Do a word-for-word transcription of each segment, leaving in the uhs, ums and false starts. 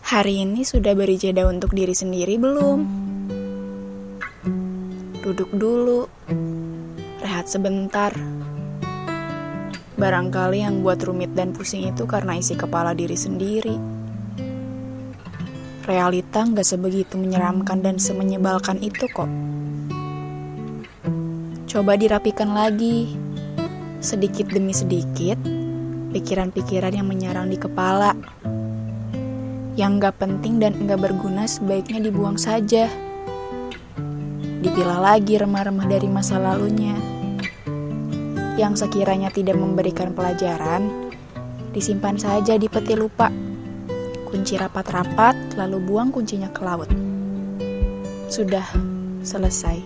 Hari ini sudah beri jeda untuk diri sendiri belum? Duduk dulu, rehat sebentar. Barangkali yang buat rumit dan pusing itu karena isi kepala diri sendiri. Realita gak sebegitu menyeramkan dan semenyebalkan itu kok. Coba dirapikan lagi, sedikit demi sedikit, pikiran-pikiran yang menyerang di kepala. Yang gak penting dan gak berguna sebaiknya dibuang saja. Dipilah lagi remah-remah dari masa lalunya. Yang sekiranya tidak memberikan pelajaran, disimpan saja di peti lupa. Kunci rapat-rapat, lalu buang kuncinya ke laut. Sudah, selesai.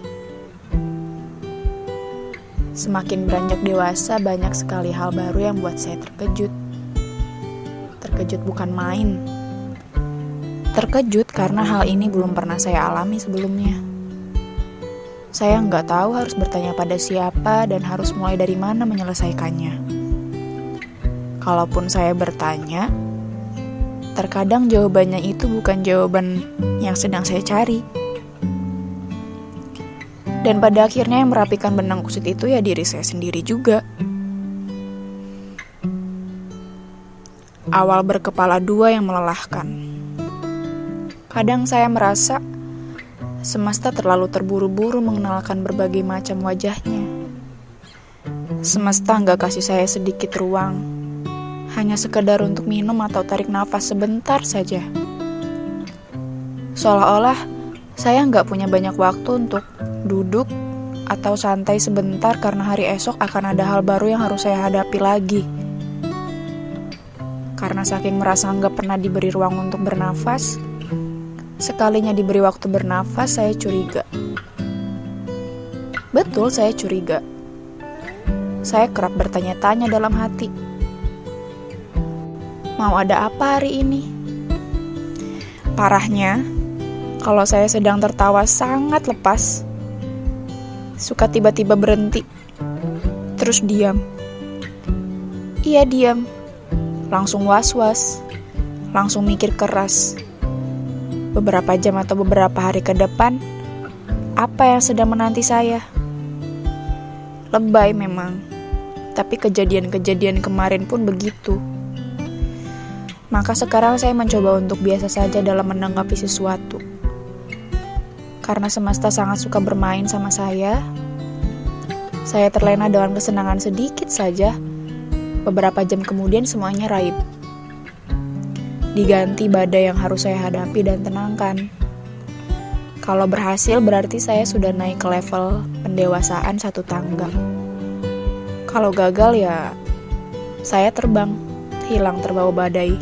Semakin beranjak dewasa, banyak sekali hal baru yang buat saya terkejut. Terkejut bukan main. Terkejut karena hal ini belum pernah saya alami sebelumnya. Saya nggak tahu harus bertanya pada siapa dan harus mulai dari mana menyelesaikannya. Kalaupun saya bertanya, terkadang jawabannya itu bukan jawaban yang sedang saya cari. Dan pada akhirnya yang merapikan benang kusut itu ya diri saya sendiri juga. Awal berkepala dua yang melelahkan. Kadang saya merasa semesta terlalu terburu-buru mengenalkan berbagai macam wajahnya. Semesta nggak kasih saya sedikit ruang, hanya sekedar untuk minum atau tarik nafas sebentar saja. Seolah-olah saya nggak punya banyak waktu untuk duduk atau santai sebentar karena hari esok akan ada hal baru yang harus saya hadapi lagi. Karena saking merasa nggak pernah diberi ruang untuk bernafas, sekalinya diberi waktu bernafas, saya curiga. Betul, saya curiga. Saya kerap bertanya-tanya dalam hati. Mau ada apa hari ini? Parahnya, kalau saya sedang tertawa sangat lepas, suka tiba-tiba berhenti, terus diam. Iya diam, langsung was-was, langsung mikir keras. Beberapa jam atau beberapa hari ke depan, apa yang sedang menanti saya? Lebay memang, tapi kejadian-kejadian kemarin pun begitu. Maka sekarang saya mencoba untuk biasa saja dalam menanggapi sesuatu. Karena semesta sangat suka bermain sama saya, saya terlena dengan kesenangan sedikit saja. Beberapa jam kemudian semuanya raib. Diganti badai yang harus saya hadapi dan tenangkan. Kalau berhasil berarti saya sudah naik ke level pendewasaan satu tangga. Kalau gagal ya saya terbang, hilang terbawa badai.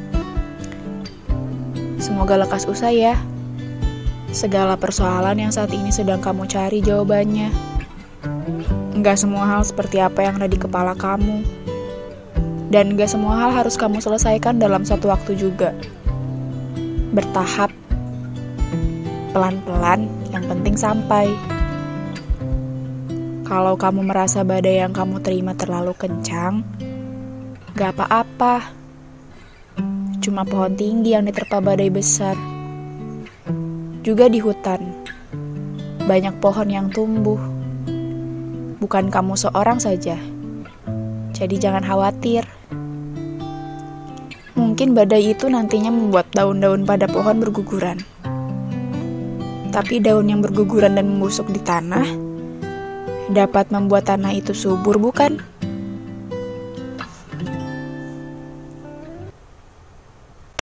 Semoga lekas usai ya. Segala persoalan yang saat ini sedang kamu cari jawabannya. Enggak semua hal seperti apa yang ada di kepala kamu. Dan gak semua hal harus kamu selesaikan dalam satu waktu juga. Bertahap, pelan-pelan, yang penting sampai. Kalau kamu merasa badai yang kamu terima terlalu kencang, gak apa-apa. Cuma pohon tinggi yang diterpa badai besar. Juga di hutan, banyak pohon yang tumbuh. Bukan kamu seorang saja. Jadi jangan khawatir. Mungkin badai itu nantinya membuat daun-daun pada pohon berguguran. Tapi daun yang berguguran dan membusuk di tanah dapat membuat tanah itu subur, bukan?